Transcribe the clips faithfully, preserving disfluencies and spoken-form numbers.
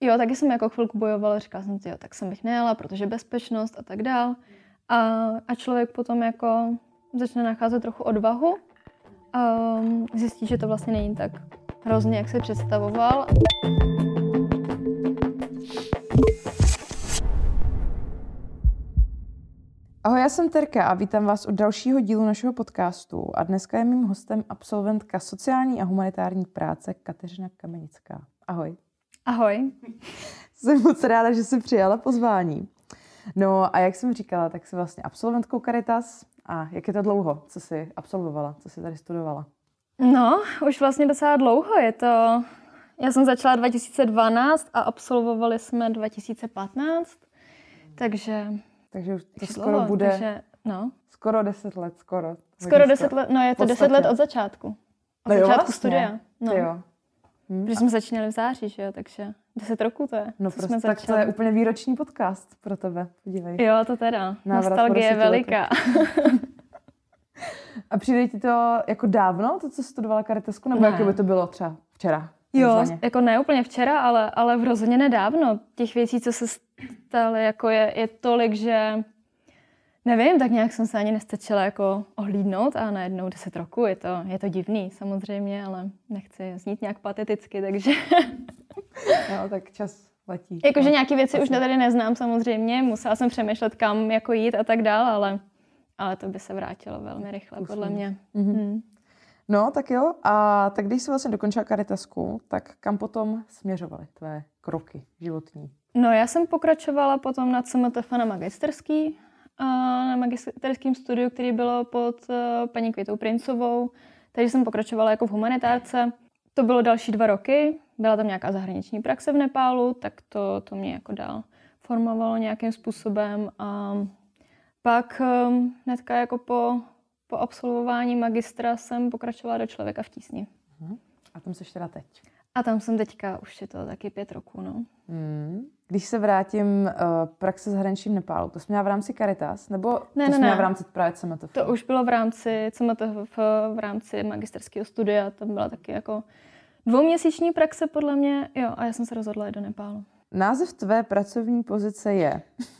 Jo, taky jsem jako chvilku bojovala, říkala jsem si, jo, tak jsem bych nejela, protože bezpečnost a tak dál. A, a člověk potom jako začne nacházet trochu odvahu a zjistí, že to vlastně není tak hrozně, jak se představoval. Ahoj, já jsem Terka a vítám vás u dalšího dílu našeho podcastu. A dneska je mým hostem absolventka sociální a humanitární práce Kateřina Kamenická. Ahoj. Ahoj. Jsem moc ráda, že jsi přijala pozvání. No a jak jsem říkala, tak jsi vlastně absolventkou Caritas. A jak je to dlouho, co jsi absolvovala, co jsi tady studovala? No, už vlastně docela dlouho je to. Já jsem začala dva tisíce dvanáct a absolvovali jsme dva tisíce patnáct, takže... Takže už to už skoro dlouho, bude takže, no. skoro deset let, skoro. Skoro deset let, no je to deset let od začátku. Od no jo, začátku vlastně. studia. No. Jo. Hm. Protože jsme začínali v září, že jo, takže deset roků to je. No co prostě, jsme tak to je úplně výroční podcast pro tebe, podívej. Jo, to teda. Návrat Nostalgie je veliká. A přijde ti to jako dávno, to, co studovala Caritasku, nebo Ne. jak by to bylo třeba včera? Jo, Takzvaně? jako ne úplně včera, ale, ale rozhodně nedávno. Těch věcí, co se staly, jako je, je tolik, že nevím, tak nějak jsem se ani nestačila jako ohlídnout a najednou deset roku. Je to, je to divný samozřejmě, ale nechci znít nějak pateticky, takže... No, tak čas letí. Jakože no, nějaké věci asi. už tady neznám samozřejmě, musela jsem přemýšlet, kam jako jít a tak dál, ale, ale to by se vrátilo velmi rychle, Zkusím. podle mě. Mhm. Hmm. No, tak jo. A tak když jsi vlastně dokončila Caritasku, tak kam potom směřovaly tvé kroky životní? No, já jsem pokračovala potom na C M T F na magisterský, a na magisterském studiu, který bylo pod uh, paní Květou Princovou, takže jsem pokračovala jako v humanitárce. To bylo další dva roky, byla tam nějaká zahraniční praxe v Nepálu, tak to, to mě jako dál formovalo nějakým způsobem. A pak um, hnedka jako po, po absolvování magistra jsem pokračovala do Člověka v tísni. Mhm. A tam jsi teda teď? A tam jsem teďka, už je to taky pět roků, no. Hmm. Když se vrátím uh, praxe zahraničí v Nepálu, to jsi měla v rámci Caritas, nebo Ne, to ne, jsi měla ne. v rámci právě C M T F? To už bylo v rámci C M T F, v rámci magisterského studia, tam byla taky jako dvouměsíční praxe podle mě, jo, a já jsem se rozhodla jít do Nepálu. Název tvé pracovní pozice je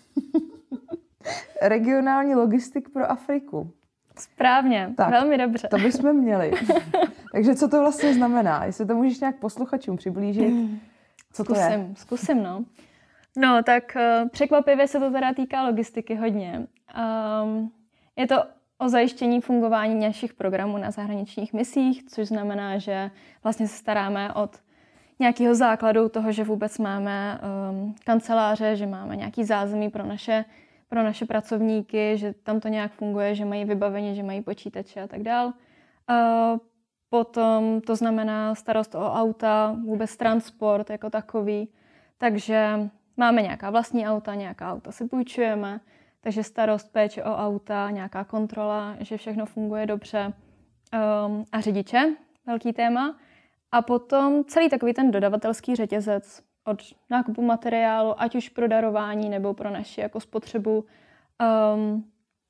regionální logistik pro Afriku. Správně, Tak, velmi dobře. To bychom měli. Takže co to vlastně znamená? Jestli to můžeš nějak posluchačům přiblížit, co to je? Zkusím, zkusím, no. No, tak uh, překvapivě se to teda týká logistiky hodně. Um, je to o zajištění fungování našich programů na zahraničních misích, což znamená, že vlastně se staráme od nějakého základu toho, že vůbec máme um, kanceláře, že máme nějaký zázemí pro naše, pro naše pracovníky, že tam to nějak funguje, že mají vybavení, že mají počítače a tak dál. Uh, potom to znamená starost o auta, vůbec transport jako takový. Takže máme nějaká vlastní auta, nějaká auta si půjčujeme, takže starost, péče o auta, nějaká kontrola, že všechno funguje dobře um, a řidiče, velký téma. A potom celý takový ten dodavatelský řetězec od nákupu materiálu, ať už pro darování nebo pro naši jako spotřebu, um,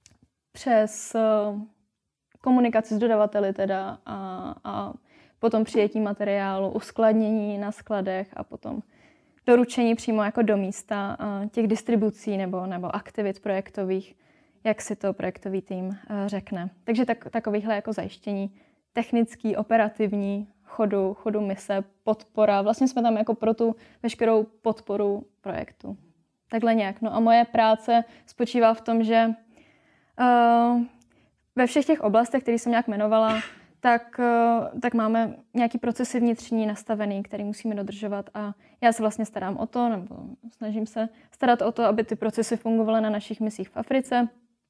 přes uh, komunikaci s dodavateli teda a, a potom přijetí materiálu, uskladnění na skladech a potom doručení přímo jako do místa uh, těch distribucí nebo, nebo aktivit projektových, jak si to projektový tým uh, řekne. Takže tak, takovýhle jako zajištění technický, operativní, chodu, chodu mise, podpora. Vlastně jsme tam jako pro tu veškerou podporu projektu. Takhle nějak. No a moje práce spočívá v tom, že uh, ve všech těch oblastech, které jsem nějak jmenovala, tak, uh, tak máme nějaký procesy vnitřní nastavený, který musíme dodržovat a já se vlastně starám o to, nebo snažím se starat o to, aby ty procesy fungovaly na našich misích v Africe,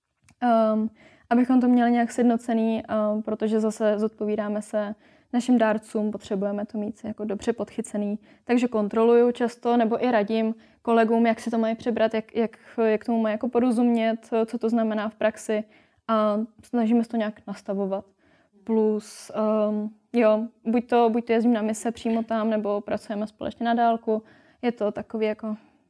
um, abychom to měli nějak sjednocený, um, protože zase zodpovídáme se našim dárcům, potřebujeme to mít jako dobře podchycený. Takže kontroluju často nebo i radím kolegům, jak si to mají přebrat, jak, jak, jak tomu mají jako porozumět, co to znamená v praxi a snažíme se to nějak nastavovat. Plus, um, jo, buď to, buď to jezdím na mise přímo tam, nebo pracujeme společně na dálku. Je to takový jako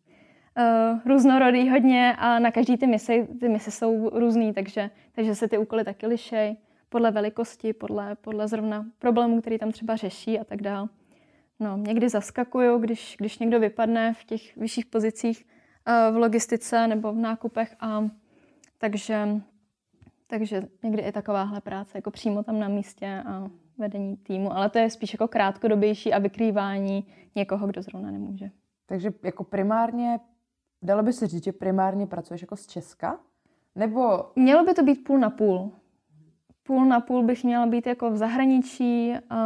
uh, různorodý hodně a na každý ty mise, ty mise jsou různý, takže, takže se ty úkoly taky lišej podle velikosti, podle, podle zrovna problémů, který tam třeba řeší a tak dál. no, někdy zaskakuju, když, když někdo vypadne v těch vyšších pozicích uh, v logistice nebo v nákupech. A, takže, takže někdy i takováhle práce, jako přímo tam na místě a vedení týmu. Ale to je spíš jako krátkodobější a vykrývání někoho, kdo zrovna nemůže. Takže jako primárně, dalo by se říct, že primárně pracuješ jako z Česka? Nebo... Mělo by to být půl na půl. Půl na půl bych měla být jako v zahraničí a,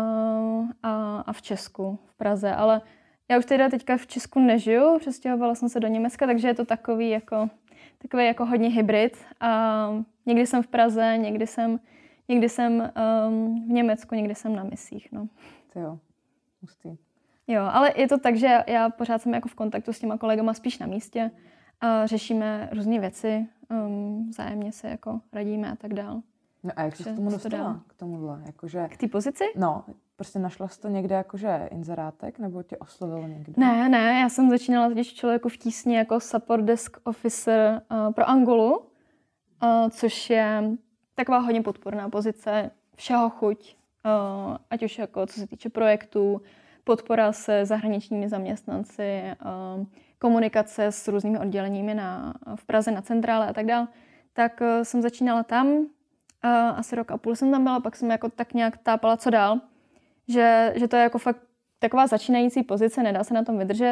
a, a v Česku, v Praze. Ale já už teda teďka v Česku nežiju, přestěhovala jsem se do Německa, takže je to takový jako, takový jako hodně hybrid. A někdy jsem v Praze, někdy jsem, někdy jsem um, v Německu, někdy jsem na misích. No. To jo, hustý. Jo, ale je to tak, že já pořád jsem jako v kontaktu s těma kolegama spíš na místě a řešíme různé věci, um, vzájemně se jako radíme a tak dál. No a jak jsi k tomu dostala? K tomuhle? Jakože... K té pozici? No, prostě našla jsi to někde jakože inzerátek, nebo tě oslovil někdo? Ne, ne, já jsem začínala totiž člověku v tísni jako support desk officer uh, pro Angolu, uh, což je taková hodně podporná pozice, všeho chuť, uh, ať už jako co se týče projektů, podpora se zahraničními zaměstnanci, uh, komunikace s různými odděleními na, v Praze na centrále a tak dále. Tak uh, jsem začínala tam, uh, asi rok a půl jsem tam byla, pak jsem jako tak nějak tápala, co dál. Že, že to je jako fakt taková začínající pozice, nedá se na tom vydržet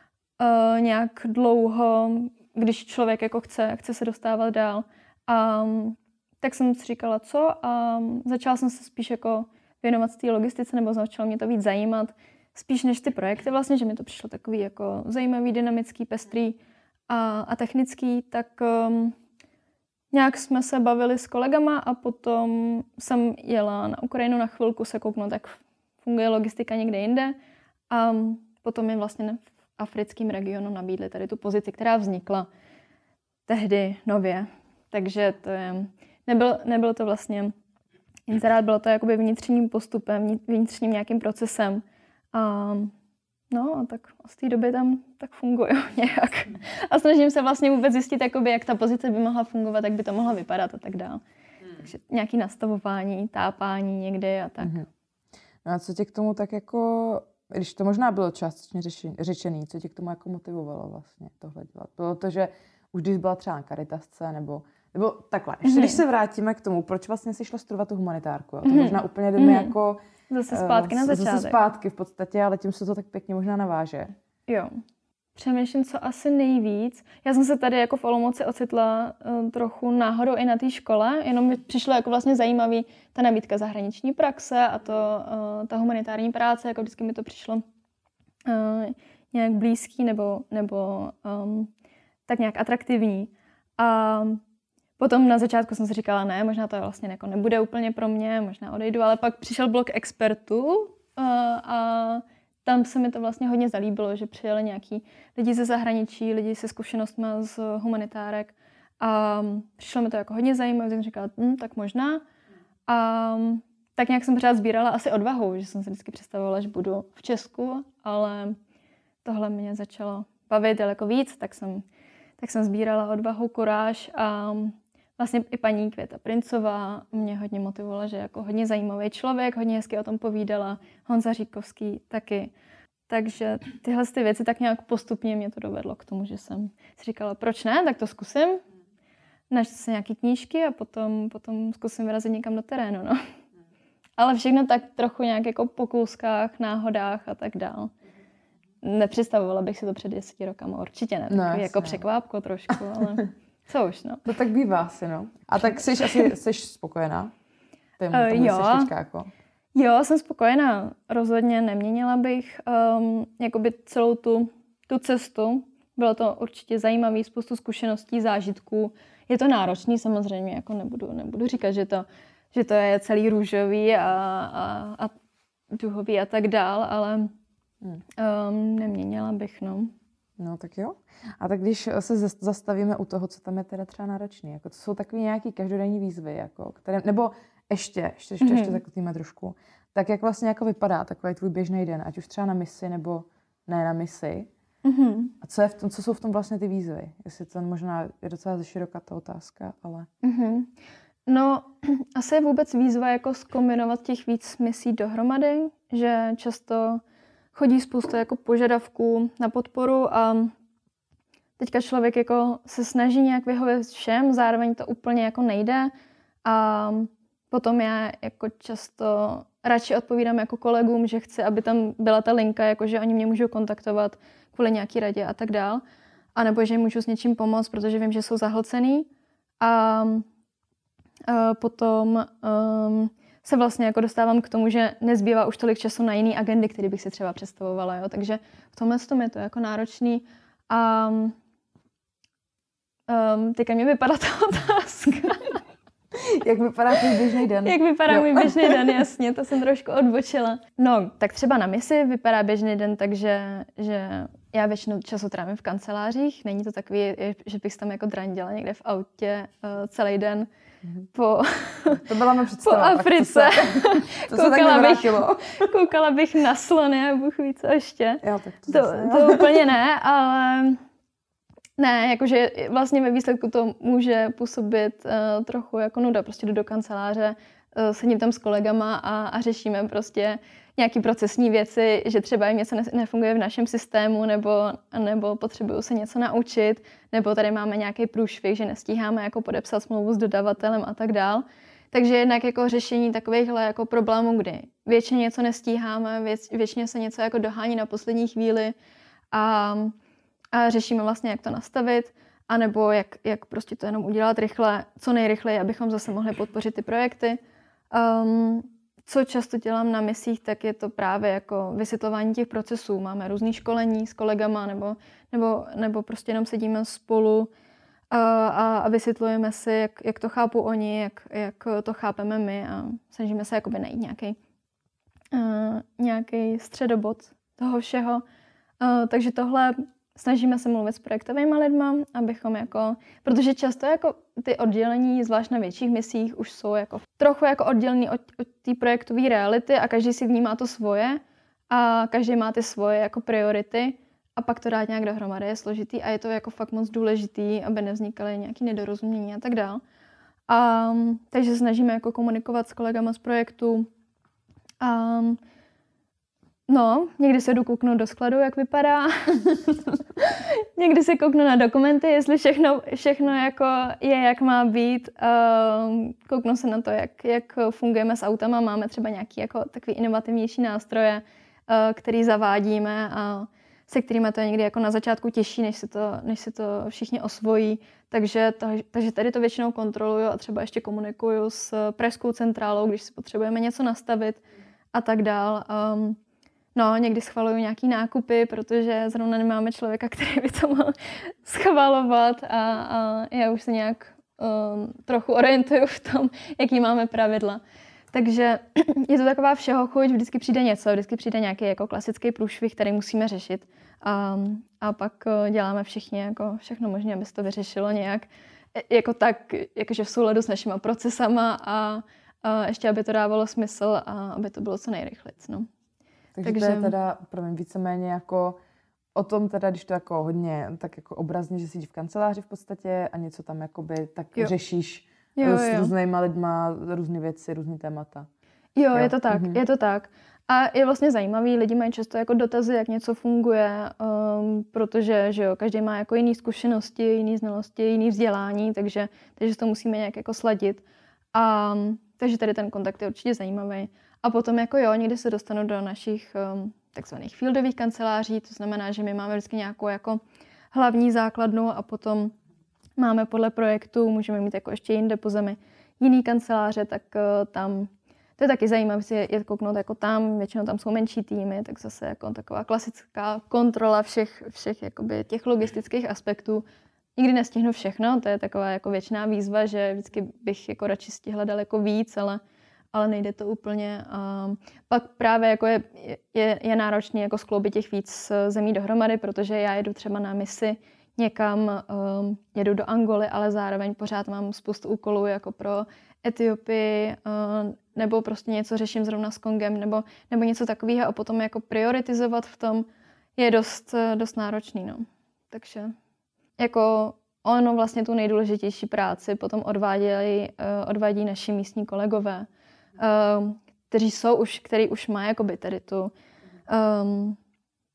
uh, nějak dlouho, když člověk jako chce, chce se dostávat dál. Um, tak jsem si říkala, co? A um, začala jsem se spíš jako věnovat té logistice, nebo začalo mě to víc zajímat, spíš než ty projekty vlastně, že mi to přišlo takový jako zajímavý, dynamický, pestrý a, a technický, tak um, nějak jsme se bavili s kolegama a potom jsem jela na Ukrajinu na chvilku se kouknout, jak funguje logistika někde jinde a potom mi vlastně v africkém regionu nabídli tady tu pozici, která vznikla tehdy nově. Takže to je, nebyl, nebylo to vlastně inzerát, bylo to jakoby vnitřním postupem, vnitřním nějakým procesem. A no a tak z té doby tam tak funguju nějak. A snažím se vlastně vůbec zjistit, jakoby, jak ta pozice by mohla fungovat, jak by to mohlo vypadat a tak dále. Hmm. Takže nějaké nastavování, tápání někdy a tak. Hmm. No a co tě k tomu tak jako, když to možná bylo částečně řečený, co tě k tomu jako motivovalo vlastně tohle dělat? Bylo to, že už když byla třeba na Caritasce, nebo, nebo takhle, ještě hmm. když se vrátíme k tomu, proč vlastně jsi šla studovat tu humanitárku? Jo? To hmm. možná úplně jdeme hmm. jako... Zase zpátky na začátek. Zase zpátky v podstatě, ale tím se to tak pěkně možná naváže. Jo. Přemýšlím, co asi nejvíc. Já jsem se tady jako v Olomouci ocitla uh, trochu náhodou i na té škole, jenom mi přišlo jako vlastně zajímavý ta nabídka zahraniční praxe a to, uh, ta humanitární práce, jako vždycky mi to přišlo uh, nějak blízký nebo, nebo um, tak nějak atraktivní. A potom na začátku jsem si říkala, ne, možná to vlastně jako nebude úplně pro mě, možná odejdu, ale pak přišel blok expertů uh, a tam se mi to vlastně hodně zalíbilo, že přijeli nějaký lidi ze zahraničí, lidi se zkušenostmi z humanitárek a přišlo mi to jako hodně zajímavé, jsem říkala, hm, tak možná. A tak nějak jsem pořád sbírala asi odvahu, že jsem si vždycky představovala, že budu v Česku, ale tohle mě začalo bavit daleko víc, tak jsem, tak jsem sbírala odvahu, kuráž a vlastně i paní Květa Princová mě hodně motivovala, že jako hodně zajímavý člověk, hodně hezky o tom povídala, Honza Říkovský taky. Takže tyhle ty věci tak nějak postupně mě to dovedlo k tomu, že jsem si říkala, proč ne, tak to zkusím. Načtu si nějaký knížky a potom, potom zkusím vyrazit někam do terénu. No. Ale všechno tak trochu nějak jako po kouskách, náhodách a tak dál. Nepředstavovala bych si to před deseti rokama, určitě ne. No, Takový jako překvápko trošku, ale... Co už, no. To tak bývá asi, no. A tak jsi asi jsi spokojená? Tím, uh, jo. Jako. Jo, jsem spokojená. Rozhodně neměnila bych um, jakoby celou tu, tu cestu. Bylo to určitě zajímavé, spoustu zkušeností, zážitků. Je to náročný samozřejmě, jako nebudu, nebudu říkat, že to, že to je celý růžový a, a, a duhový a tak dál, ale um, neměnila bych, no. No tak jo. A tak když se zastavíme u toho, co tam je teda třeba náročný, jako to jsou takové nějaké každodenní výzvy, jako, které, nebo ještě, ještě, ještě, mm-hmm. ještě zaklutíme trošku, tak jak vlastně jako vypadá takový tvůj běžný den, ať už třeba na misi, nebo ne na misi. Mm-hmm. A co, je v tom, co jsou v tom vlastně ty výzvy? Jestli to možná je docela ze široká ta otázka, ale... Mm-hmm. No, asi je vůbec výzva jako zkombinovat těch víc misí dohromady, že často chodí spousta jako požadavků na podporu a teďka člověk jako se snaží nějak vyhovět všem, zároveň to úplně jako nejde a potom já jako často radši odpovídám jako kolegům, že chci, aby tam byla ta linka, jako že oni mě můžou kontaktovat kvůli nějaký radě a tak dál. A nebo že jim můžu s něčím pomoct, protože vím, že jsou zahlcený. A, a potom um, se vlastně jako dostávám k tomu, že nezbývá už tolik času na jiný agendy, který bych si třeba představovala. Jo? Takže v tomhle tom je to jako náročný. A um, teďka mě vypadá ta otázka. Jak vypadá tvůj běžný den? Jak vypadá jo. můj běžný den, jasně, to jsem trošku odbočila. No, tak třeba na misi vypadá běžný den, takže že já většinou času trávím v kancelářích. Není to takový, že bych tam jako drandila někde v autě uh, celý den po, to byla mé představa. Po Africe. To se, to koukala, se bych, koukala bych na slony a Bůh ví co ještě. Jo, tak to, to, to úplně ne, ale ne, jakože vlastně ve výsledku to může působit uh, trochu jako nuda. Prostě jdu do kanceláře, uh, sedím tam s kolegama a, a řešíme prostě nějaký procesní věci, že třeba jim něco nefunguje v našem systému, nebo, nebo potřebuju se něco naučit, nebo tady máme nějaký průšvih, že nestíháme jako podepsat smlouvu s dodavatelem a tak dál. Takže jednak jako řešení takovýchhle jako problémů, kdy většině něco nestíháme, věc, většině se něco jako dohání na poslední chvíli a, a řešíme vlastně, jak to nastavit, anebo jak, jak prostě to jenom udělat rychle, co nejrychleji, abychom zase mohli podpořit ty projekty. Um, Co často dělám na misích, tak je to právě jako vysvětlování těch procesů. Máme různý školení s kolegama nebo, nebo, nebo prostě jenom sedíme spolu a, a, a vysvětlujeme si, jak, jak to chápou oni, jak, jak to chápeme my a snažíme se jakoby najít nějaký, uh, nějaký středobod toho všeho. Uh, takže tohle snažíme se mluvit s projektovými lidma, abychom jako, protože často jako ty oddělení, zvlášť na větších misích, už jsou jako trochu jako oddělený od, od té projektové reality a každý si vnímá to svoje a každý má ty svoje jako priority a pak to dát nějak dohromady je složitý a je to jako fakt moc důležitý, aby nevznikaly nějaké nedorozumění a tak dál. A, takže se snažíme jako komunikovat s kolegama z projektu. A, No, někdy se jdu kouknout do skladu, jak vypadá. Někdy se kouknu na dokumenty, jestli všechno, všechno jako je, jak má být. Uh, kouknu se na to, jak, jak fungujeme s autama. Máme třeba nějaký jako takový inovativnější nástroje, uh, který zavádíme a se kterými to je někdy jako na začátku těžší, než se to, než se to všichni osvojí. Takže, to, takže tady to většinou kontroluju a třeba ještě komunikuju s pražskou centrálou, když si potřebujeme něco nastavit a tak dál. Um, No, někdy schvaluju nějaký nákupy, protože zrovna nemáme člověka, který by to mohl schvalovat a, a já už se nějak um, trochu orientuju v tom, jaký máme pravidla. Takže je to taková všeho chuť, vždycky přijde něco, vždycky přijde nějaký jako klasický průšvih, který musíme řešit. A, a pak děláme všichni jako všechno možné, aby se to vyřešilo nějak jako tak, jakože v souladu s našima procesama a, a ještě, aby to dávalo smysl a aby to bylo co nejrychleji. No. Takže, Takže to je teda, promiň, víceméně jako o tom teda, když to jako hodně tak jako obrazně, že sedíš v kanceláři v podstatě a něco tam jakoby tak jo. řešíš jo, s jo. různýma lidma, různé věci, různý témata. Jo, jo, je to tak, mhm. je to tak. A je vlastně zajímavý, lidi mají často jako dotazy, jak něco funguje, um, protože že jo, každý má jako jiný zkušenosti, jiný znalosti, jiný vzdělání, takže, takže to musíme nějak jako sladit. A, takže tady ten kontakt je určitě zajímavý. A potom jako jo, někdy se dostanu do našich um, takzvaných fieldových kanceláří, to znamená, že my máme vždycky nějakou jako hlavní základnu a potom máme podle projektu, můžeme mít jako ještě jinde po zemi jiný kanceláře, tak uh, tam, to je taky zajímavé si je kouknout jako tam, většinou tam jsou menší týmy, tak zase jako taková klasická kontrola všech, všech jakoby těch logistických aspektů. Nikdy nestihnu všechno, to je taková jako věčná výzva, že vždycky bych jako radši stihla daleko víc, ale ale nejde to úplně. Um, pak právě jako je, je, je náročný jako skloubit těch víc zemí dohromady, protože já jedu třeba na misi někam, um, jedu do Angoly, ale zároveň pořád mám spoustu úkolů jako pro Etiopii, um, nebo prostě něco řeším zrovna s Kongem, nebo, nebo něco takového a potom jako prioritizovat v tom je dost, dost náročný. No. Takže jako ono vlastně tu nejdůležitější práci potom odvádějí, uh, odvádí naši místní kolegové, Um, kteří jsou už, který už má jakoby tady tu, um,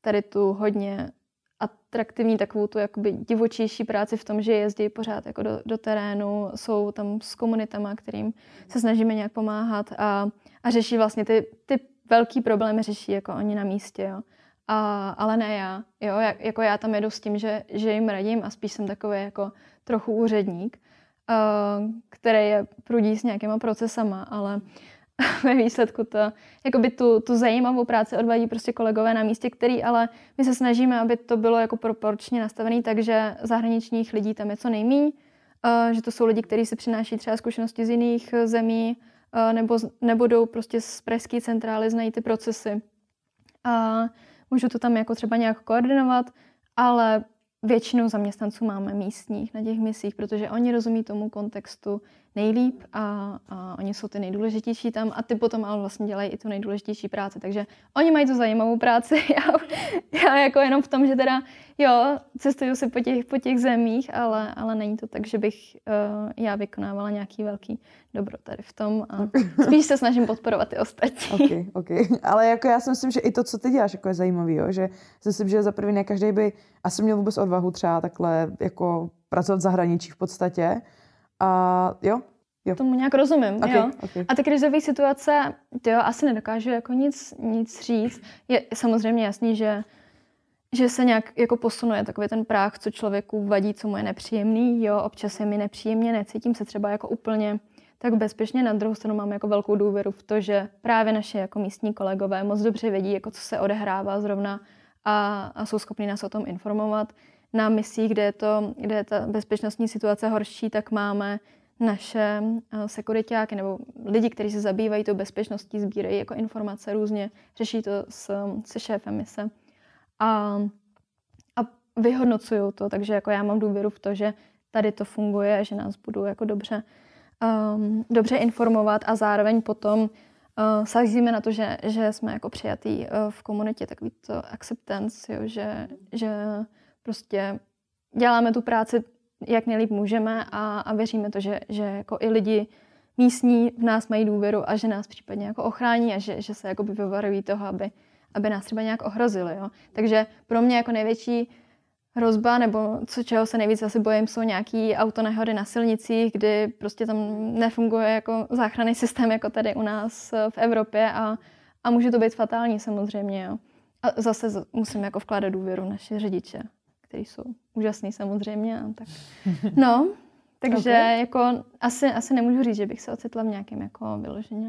tady tu hodně atraktivní takovou tu jakoby divočejší práci v tom, že jezdí pořád jako do, do terénu, jsou tam s komunitama, kterým se snažíme nějak pomáhat a, a řeší vlastně ty, ty velký problémy řeší jako oni na místě, jo. A, ale ne já, jo, jak, jako já tam jedu s tím, že, že jim radím a spíš jsem takový jako trochu úředník, uh, který je prudí s nějakýma procesama, ale ve výsledku to, jakoby tu, tu zajímavou práci odvádí prostě kolegové na místě, který ale my se snažíme, aby to bylo jako proporčně nastavené, takže zahraničních lidí tam je co nejmíň, uh, že to jsou lidi, kteří si přináší třeba zkušenosti z jiných zemí, uh, nebo, nebo jdou prostě z pražské centrály, znají ty procesy. A můžu to tam jako třeba nějak koordinovat, ale většinu zaměstnanců máme místních na těch misích, protože oni rozumí tomu kontextu nejlíp a, a oni jsou ty nejdůležitější tam a ty potom ale vlastně dělají i tu nejdůležitější práci. Takže oni mají tu zajímavou práci. Já, já jako jenom v tom, že teda jo, cestuju si po těch, po těch zemích, ale, ale není to tak, že bych uh, já vykonávala nějaký velký dobro tady v tom a spíš se snažím podporovat ty ostatní. Okay, okay. Ale jako já si myslím, že i to, co ty děláš, jako je zajímavý, jo? Že si myslím, že za první ne každý by asi měl vůbec odvahu třeba takhle jako pracovat v zahraničí v podstatě. A jo, jo. Tomu nějak rozumím, okay, jo. Okay. A ty krizové situace, jo, asi nedokážu jako nic, nic říct. Je samozřejmě jasný, že, že se nějak jako posunuje takový ten práh, co člověku vadí, co mu je nepříjemný, jo, občas je mi nepříjemně, necítím se třeba jako úplně tak bezpečně. Na druhou stranu mám jako velkou důvěru v to, že právě naše jako místní kolegové moc dobře vědí, jako co se odehrává zrovna a, a jsou schopni nás o tom informovat. Na misích, kde je, to, kde je ta bezpečnostní situace horší, tak máme naše sekuriťáky nebo lidi, kteří se zabývají tou bezpečností, sbírají jako informace různě, řeší to s, se šéfem mise a, a vyhodnocují to, takže jako já mám důvěru v to, že tady to funguje, že nás budou jako dobře, um, dobře informovat a zároveň potom uh, sázíme na to, že, že jsme jako přijatý uh, v komunitě, takový to acceptance, jo, že, že prostě děláme tu práci, jak nejlíp můžeme a, a věříme to, že, že jako i lidi místní v nás mají důvěru a že nás případně jako ochrání a že, že se jako vyvarují toho, aby, aby nás třeba nějak ohrozili. Jo. Takže pro mě jako největší hrozba, nebo co, čeho se nejvíc asi bojím, jsou nějaký autonehody na silnicích, kdy prostě tam nefunguje jako záchranný systém jako tady u nás v Evropě a, a může to být fatální samozřejmě. Jo. A zase musím jako vkládat důvěru naše řidiče, který jsou úžasný samozřejmě. A tak. No, takže okay. jako asi, asi nemůžu říct, že bych se ocitla v nějakém jako vyloženě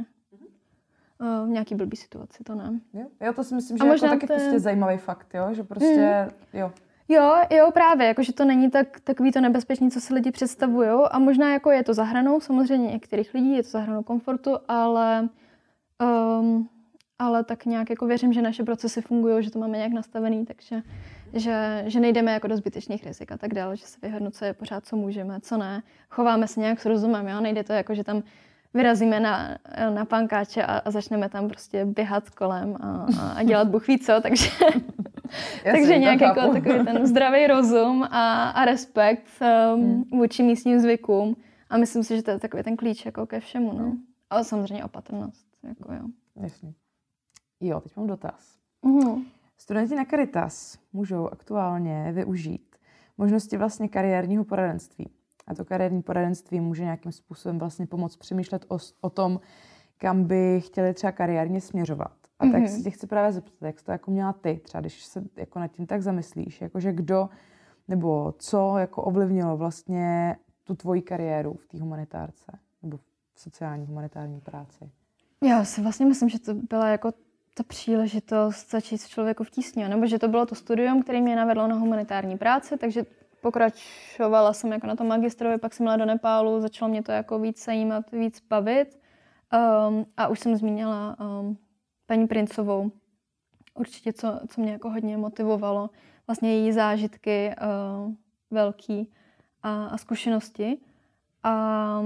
v nějaký blbý situaci, to ne. Jo, jo to si myslím, že je jako taky to je... prostě zajímavý fakt, jo, že prostě, mm. jo. Jo, jo, právě, jakože to není tak, takový to nebezpečný, co si lidi představují a možná jako je to za hranou, samozřejmě některých lidí je to za hranou komfortu, ale, um, ale tak nějak jako věřím, že naše procesy fungují, že to máme nějak nastavený, takže že, že nejdeme jako do zbytečných rizik a tak dále, že se vyhodnocuje pořád, co můžeme, co ne. Chováme se nějak s rozumem, jo, nejde to jako, že tam vyrazíme na, na pankáče a, a začneme tam prostě běhat kolem a, a, a dělat bůh ví co, takže, takže nějak jako takový ten zdravý rozum a, a respekt um, hmm. vůči místním zvykům a myslím si, že to je takový ten klíč jako ke všemu, no. Ale samozřejmě opatrnost, jako jo. Jasně. Jo, teď mám dotaz. Mm. Studenti na Caritas můžou aktuálně využít možnosti vlastně kariérního poradenství. A to kariérní poradenství může nějakým způsobem vlastně pomoct přemýšlet o, o tom, kam by chtěli třeba kariérně směřovat. A mm-hmm. tak si tě chci právě zeptat, jak jsi to jako měla ty, třeba když se jako nad tím tak zamyslíš, jakože kdo nebo co jako ovlivnilo vlastně tu tvoji kariéru v té humanitárce nebo v sociální humanitární práci. Já si vlastně myslím, že to byla jako ta příležitost začít s člověku v tísni, nebo že to bylo to studium, které mě navedlo na humanitární práci, takže pokračovala jsem jako na tom magistrovi, pak jsem jela do Nepálu, začalo mě to jako víc zajímat, víc bavit. Um, a už jsem zmínila um, paní Princovou. Určitě, co, co mě jako hodně motivovalo. Vlastně její zážitky uh, velký a, a zkušenosti. A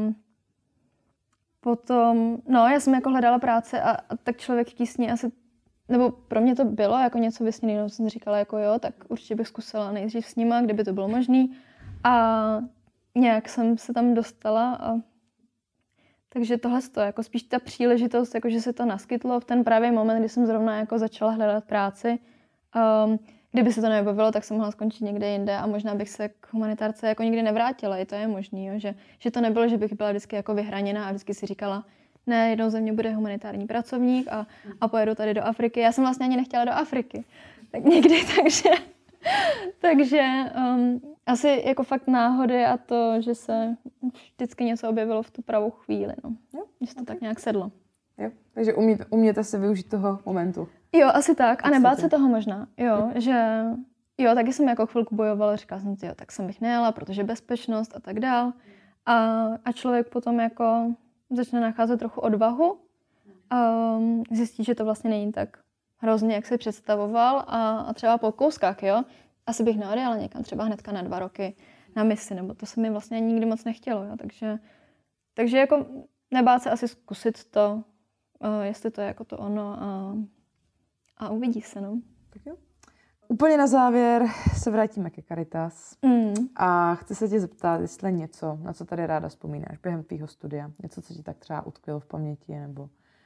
potom, no, já jsem jako hledala práce a, a tak člověk v tísni asi, nebo pro mě to bylo jako něco vysněného, jsem si říkala jako jo, tak určitě bych zkusila nejdřív s nima, kdyby to bylo možný. A nějak jsem se tam dostala a takže tohle to, jako spíš ta příležitost, jako že se to naskytlo v ten pravý moment, kdy jsem zrovna jako začala hledat práci Um, kdyby se to nebavilo, tak jsem mohla skončit někde jinde a možná bych se k humanitárce jako nikdy nevrátila. I to je možný, jo? Že, že to nebylo, že bych byla vždycky jako vyhraněná a vždycky si říkala, ne, jednou ze mě bude humanitární pracovník a, a pojedu tady do Afriky. Já jsem vlastně ani nechtěla do Afriky. Tak někdy, takže, takže um, asi jako fakt náhody a to, že se vždycky něco objevilo v tu pravou chvíli. No. Jo, že to okay. tak nějak sedlo. Jo, takže umíte, uměte si využít toho momentu. Jo, asi tak. A nebát se toho možná. Jo, že jo, taky jsem jako chvilku bojovala, říkala jsem si, jo, tak jsem bych nejela, protože bezpečnost a tak dál. A, a člověk potom jako začne nacházet trochu odvahu a zjistí, že to vlastně není tak hrozně, jak si představoval a, a třeba po kouskách, jo. Asi bych neodjela někam třeba hnedka na dva roky na misi, nebo to se mi vlastně nikdy moc nechtělo, jo. Takže, takže jako nebát se asi zkusit to, uh, jestli to je jako to ono a, a uvidí se, no. Tak jo. Úplně na závěr se vrátíme ke Caritas Mm. a chci se tě zeptat, jestli něco, na co tady ráda vzpomínáš během tvýho studia, něco, co ti tak třeba utkvělo v paměti, nebo...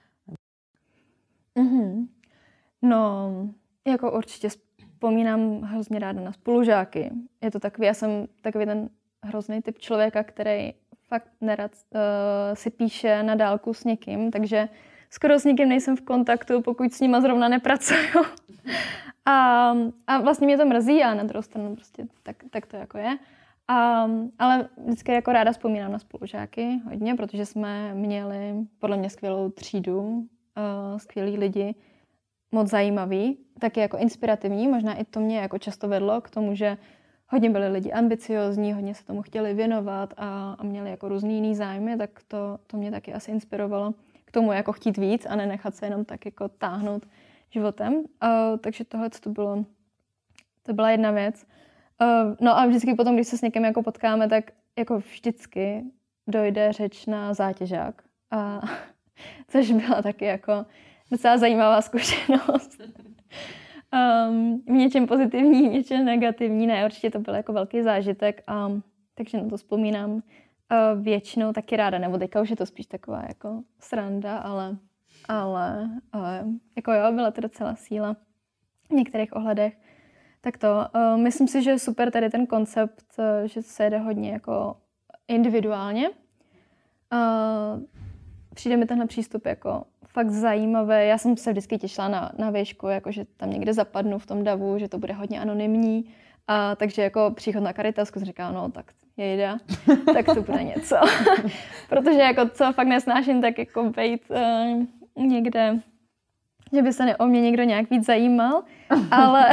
Mm-hmm. No, jako určitě vzpomínám hrozně ráda na spolužáky. Je to takový, já jsem takový ten hrozný typ člověka, který fakt nerad uh, si píše na dálku s někým, takže skoro s nikým nejsem v kontaktu, pokud s nima zrovna nepracuju. a, a vlastně mě to mrzí a na druhou stranu prostě tak, tak to jako je. A, ale vždycky jako ráda vzpomínám na spolužáky hodně, protože jsme měli podle mě skvělou třídu, uh, skvělí lidi, moc zajímavý, taky jako inspirativní, možná i to mě jako často vedlo k tomu, že hodně byli lidi ambiciozní, hodně se tomu chtěli věnovat a, a měli jako různý jiný zájmy, tak to, to mě taky asi inspirovalo k tomu jako chtít víc a nenechat se jenom tak jako táhnout životem. Uh, takže tohle to bylo, to byla jedna věc. Uh, no a vždycky potom, když se s někým jako potkáme, tak jako vždycky dojde řeč na zátěžák. A, což byla taky jako docela zajímavá zkušenost. Um, v něčem pozitivní, v něčem negativní. Ne, určitě to byl jako velký zážitek. A, takže na to vzpomínám uh, většinou taky ráda. Nebo teďka už je to spíš taková jako sranda, ale, ale uh, jako jo, byla to docela síla v některých ohledech. Tak to, uh, myslím si, že je super tady ten koncept, uh, že se jde hodně jako individuálně. Uh, přijde mi tenhle přístup jako fakt zajímavé. Já jsem se vždycky těšila na, na výšku, jako že tam někde zapadnu v tom davu, že to bude hodně anonymní. A takže jako příchod na Caritasku jsem říkala, no tak jejda, tak to bude něco. Protože jako co fakt nesnáším, tak jako bejt uh, někde, že by se ne, o mě někdo nějak víc zajímal, ale...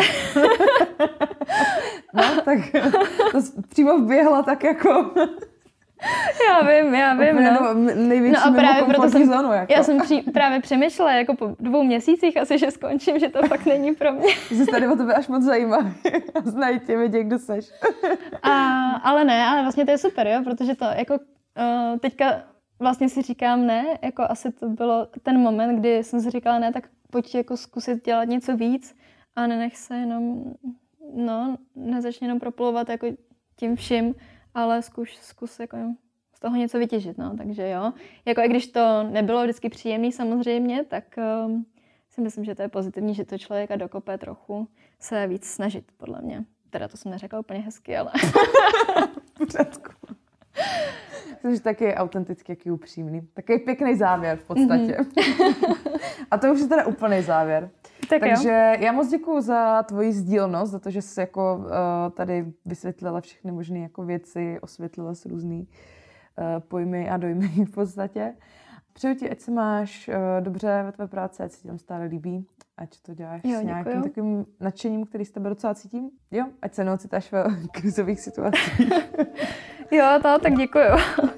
no, tak to přímo vběhla tak jako... Já vím, já vím, no. Největší no a právě proto jsem, zónu, jako. Já jsem při, právě přemýšlela, jako po dvou měsících asi, že skončím, že to fakt není pro mě. Jsi tady o tebe až moc zajímavý a znají tě, vědě, kdo seš. a, ale ne, ale vlastně to je super, jo, protože to jako uh, teďka vlastně si říkám ne, jako asi to bylo ten moment, kdy jsem si říkala ne, tak pojď jako zkusit dělat něco víc a nenech se jenom, no, nezačni jenom proplouvat jako tím vším, ale zkus, zkus jako z toho něco vytěžit, no, takže jo. Jako i když to nebylo vždycky příjemný samozřejmě, tak um, si myslím, že to je pozitivní, že to člověka dokope trochu se víc snažit, podle mě. Teda to jsem neřekla úplně hezky, ale... Jsi taky autentický, jaký upřímný. Takový pěkný závěr v podstatě. Mm-hmm. A to už je teda úplný závěr. Tak Takže jo. já moc děkuju za tvoji sdílnost, za to, že jsi jako uh, tady vysvětlila všechny možné jako věci, osvětlila jsi různý uh, pojmy a dojmy v podstatě. Přeju ti, ať se máš uh, dobře ve tvé práci, ať se ti tam stále líbí, ať to děláš jo, s nějakým děkuju. takovým nadšením, který s tebe docela cítím. Jo, ať se neocitáš ve krizových situacích. Jo, to, tak děkuju.